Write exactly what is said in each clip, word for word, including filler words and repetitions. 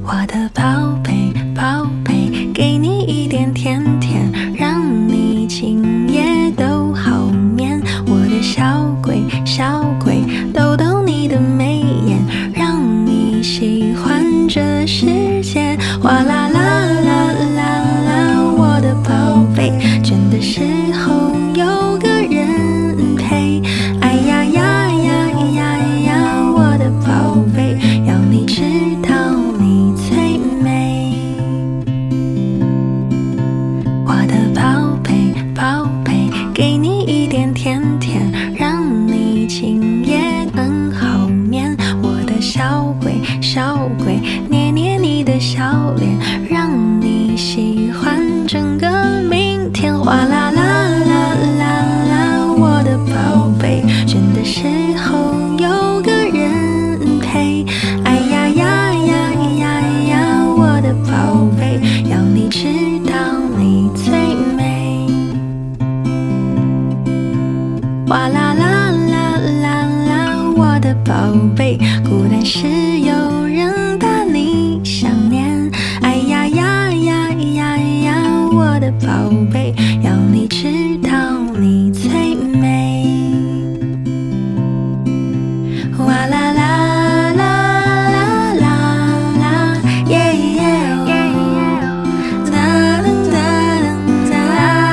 我的宝贝宝贝，给你一点甜甜，让你今夜都好眠。我的小鬼小鬼，逗逗你的眉眼，让你喜欢这世界。哗啦啦啦啦啦，我的宝贝，倦的时候有个人陪。哎呀呀呀呀呀，我的宝贝，要你知道你最美。我的宝贝宝贝，给你一点甜甜，让你今夜更好眠。我的小鬼小鬼，捏捏你的笑脸，让你喜欢整个明天。哗啦啦啦啦啦，我的宝贝，倦的时候有个人陪。哎呀呀呀呀呀，我的宝贝，要你知道你最美。哗啦啦啦啦啦，我的宝贝，孤单时有人把你想念。哎呀呀呀呀呀，我的宝贝，要你知道你最美。哗啦啦啦啦啦啦，耶耶哦，哒噔哒噔哒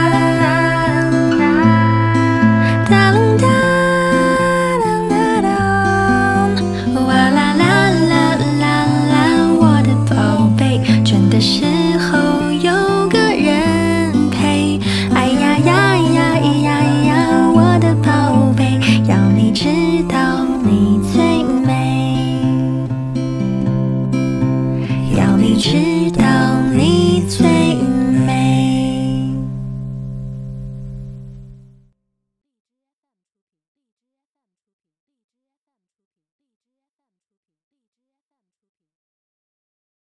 哒噔哒噔哒噔。哗啦啦啦啦啦，我的宝贝，倦的时候有个人陪。哎呀呀呀呀呀，我的宝贝，要你知道你最美，要你知道